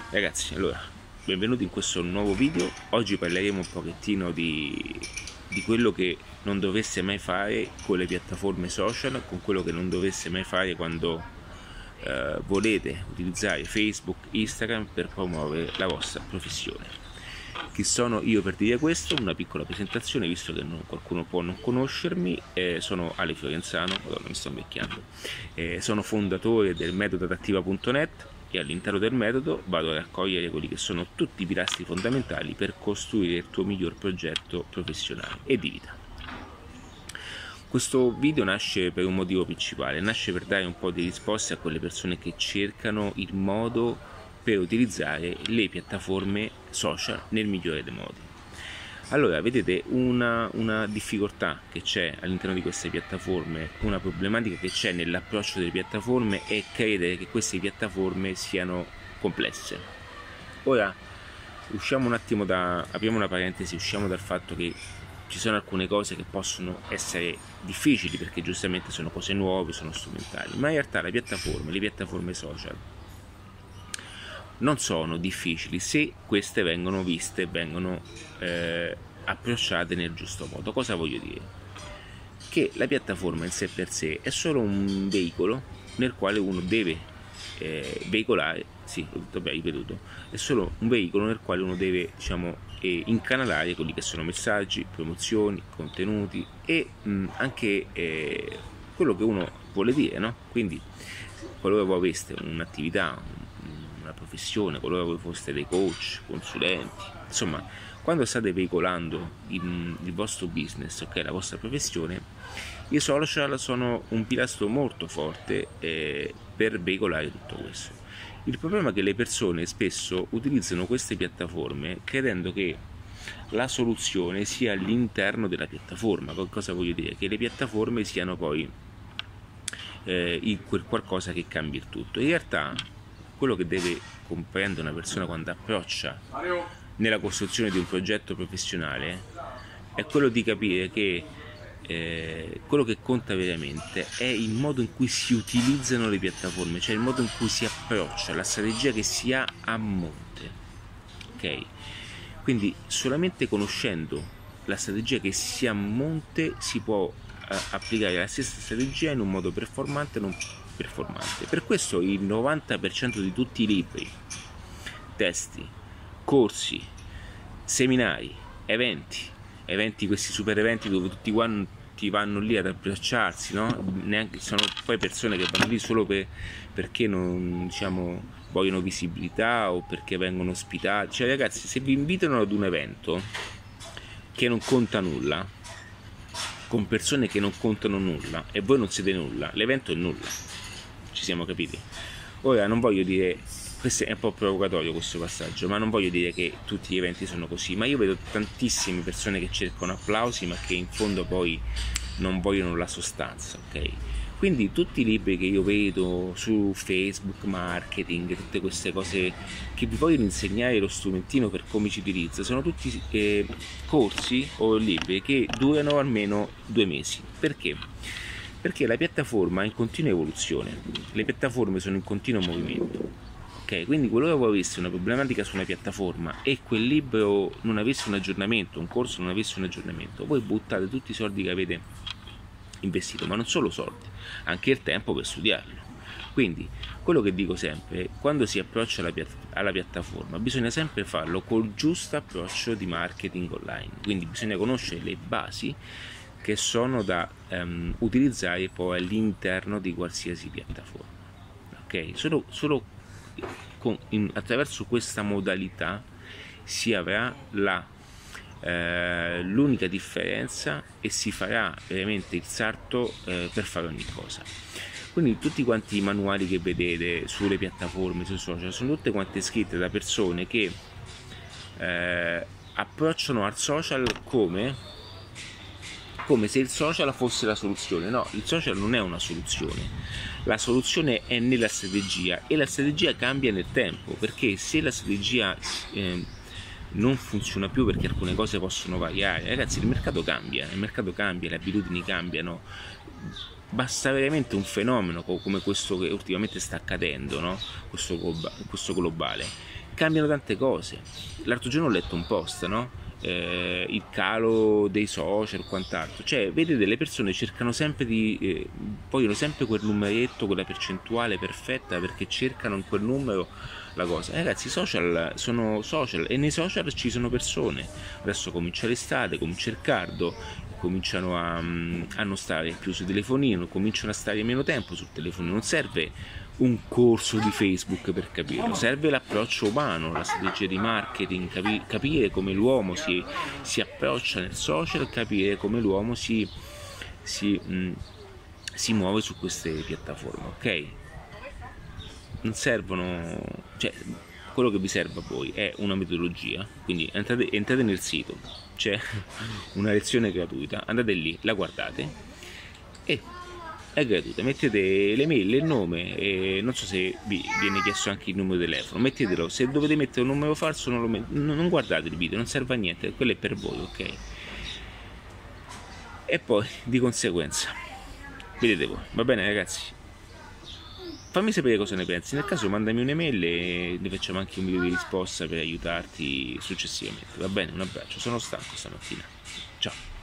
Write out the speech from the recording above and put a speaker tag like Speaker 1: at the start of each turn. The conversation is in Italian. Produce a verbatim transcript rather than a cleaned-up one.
Speaker 1: Ragazzi, allora, benvenuti in questo nuovo video. Oggi parleremo un pochettino di, di quello che non dovreste mai fare con le piattaforme social, con quello che non dovreste mai fare quando eh, volete utilizzare Facebook, Instagram per promuovere la vostra professione. Chi sono io per dire questo? Una piccola presentazione, visto che non, qualcuno può non conoscermi. Eh, sono Ale Fiorenzano, madonna, mi sto invecchiando. Eh, sono fondatore del metodo adattiva punto net e all'interno del metodo vado a raccogliere quelli che sono tutti i pilastri fondamentali per costruire il tuo miglior progetto professionale e di vita. Questo video nasce per un motivo principale, nasce per dare un po' di risposte a quelle persone che cercano il modo per utilizzare le piattaforme social nel migliore dei modi. Allora, vedete una, una difficoltà che c'è all'interno di queste piattaforme, una problematica che c'è nell'approccio delle piattaforme è credere che queste piattaforme siano complesse. Ora, usciamo un attimo da, apriamo una parentesi, usciamo dal fatto che ci sono alcune cose che possono essere difficili perché giustamente sono cose nuove, sono strumentali, ma in realtà le piattaforme, le piattaforme social non sono difficili se queste vengono viste, vengono eh, approcciate nel giusto modo. Cosa voglio dire? Che la piattaforma in sé per sé è solo un veicolo nel quale uno deve eh, veicolare, sì, l'ho detto bene, ripetuto, è solo un veicolo nel quale uno deve, diciamo, eh, incanalare quelli che sono messaggi, promozioni, contenuti e mh, anche eh, quello che uno vuole dire, no? Quindi, qualora voi aveste un'attività, una professione, qualora voi foste dei coach, consulenti, insomma, quando state veicolando il, il vostro business, ok, la vostra professione, i social sono un pilastro molto forte eh, per veicolare tutto questo. Il problema è che le persone spesso utilizzano queste piattaforme credendo che la soluzione sia all'interno della piattaforma. Cosa voglio dire? Che le piattaforme siano poi eh, quel qualcosa che cambi il tutto. In realtà quello che deve comprendere una persona quando approccia nella costruzione di un progetto professionale è quello di capire che eh, quello che conta veramente è il modo in cui si utilizzano le piattaforme, cioè il modo in cui si approccia, la strategia che si ha a monte. Ok? Quindi solamente conoscendo la strategia che si ha a monte si può eh, applicare la stessa strategia in un modo performante, non performante. Per questo il novanta per cento di tutti i libri, testi, corsi, seminari, eventi, eventi questi super eventi dove tutti quanti vanno lì ad abbracciarsi, no? Neanche, sono poi persone che vanno lì solo per, perché non, diciamo, vogliono visibilità o perché vengono ospitati. Cioè, ragazzi, se vi invitano ad un evento che non conta nulla, con persone che non contano nulla e voi non siete nulla, l'evento è nulla. Ci siamo capiti? Ora non voglio dire, questo è un po' provocatorio questo passaggio, ma non voglio dire che tutti gli eventi sono così, ma io vedo tantissime persone che cercano applausi ma che in fondo poi non vogliono la sostanza, ok? Quindi tutti i libri che io vedo su Facebook, marketing, tutte queste cose che vi vogliono insegnare lo strumentino per come ci utilizza, sono tutti eh, corsi o libri che durano almeno due mesi. Perché? Perché la piattaforma è in continua evoluzione, le piattaforme sono in continuo movimento, ok? Quindi qualora voi aveste una problematica su una piattaforma e quel libro non avesse un aggiornamento, un corso non avesse un aggiornamento, voi buttate tutti i soldi che avete investito, ma non solo soldi, anche il tempo per studiarlo. Quindi quello che dico sempre, quando si approccia alla, piatt- alla piattaforma bisogna sempre farlo col giusto approccio di marketing online, quindi bisogna conoscere le basi che sono da um, utilizzare poi all'interno di qualsiasi piattaforma, ok? Solo, solo con, in, attraverso questa modalità si avrà la, eh, l'unica differenza e si farà veramente il sarto eh, per fare ogni cosa. Quindi tutti quanti i manuali che vedete sulle piattaforme, sui social, sono tutte quante scritte da persone che eh, approcciano al social come come se il social fosse la soluzione. No, il social non è una soluzione, la soluzione è nella strategia e la strategia cambia nel tempo, perché se la strategia eh, non funziona più perché alcune cose possono variare, ragazzi, il mercato cambia, il mercato cambia, le abitudini cambiano, basta veramente un fenomeno come questo che ultimamente sta accadendo, no? questo, questo globale, cambiano tante cose. L'altro giorno ho letto un post, no? Eh, il calo dei social, quant'altro, cioè vedete, le persone cercano sempre di eh, vogliono sempre quel numeretto, quella percentuale perfetta, perché cercano in quel numero la cosa. Eh, ragazzi, i social sono social e nei social ci sono persone. Adesso comincia l'estate, comincia il caldo, cominciano a, a non stare più sul telefonino, cominciano a stare meno tempo sul telefonino. Non serve un corso di Facebook per capirlo, serve l'approccio umano, la strategia di marketing, capi- capire come l'uomo si, si approccia nel social, capire come l'uomo si, si, mh, si muove su queste piattaforme, ok? Non servono, cioè, quello che vi serve a voi è una metodologia, quindi entrate, entrate nel sito, c'è una lezione gratuita, andate lì, la guardate e è gratuita, mettete le mail, il nome, e non so se vi viene chiesto anche il numero di telefono, mettetelo. Se dovete mettere un numero falso non, lo met- non guardate il video, non serve a niente, quello è per voi, ok? E poi di conseguenza vedete voi, va bene ragazzi? Fammi sapere cosa ne pensi, nel caso mandami un'email e ne facciamo anche un video di risposta per aiutarti successivamente, va bene? Un abbraccio, sono stanco stamattina, ciao!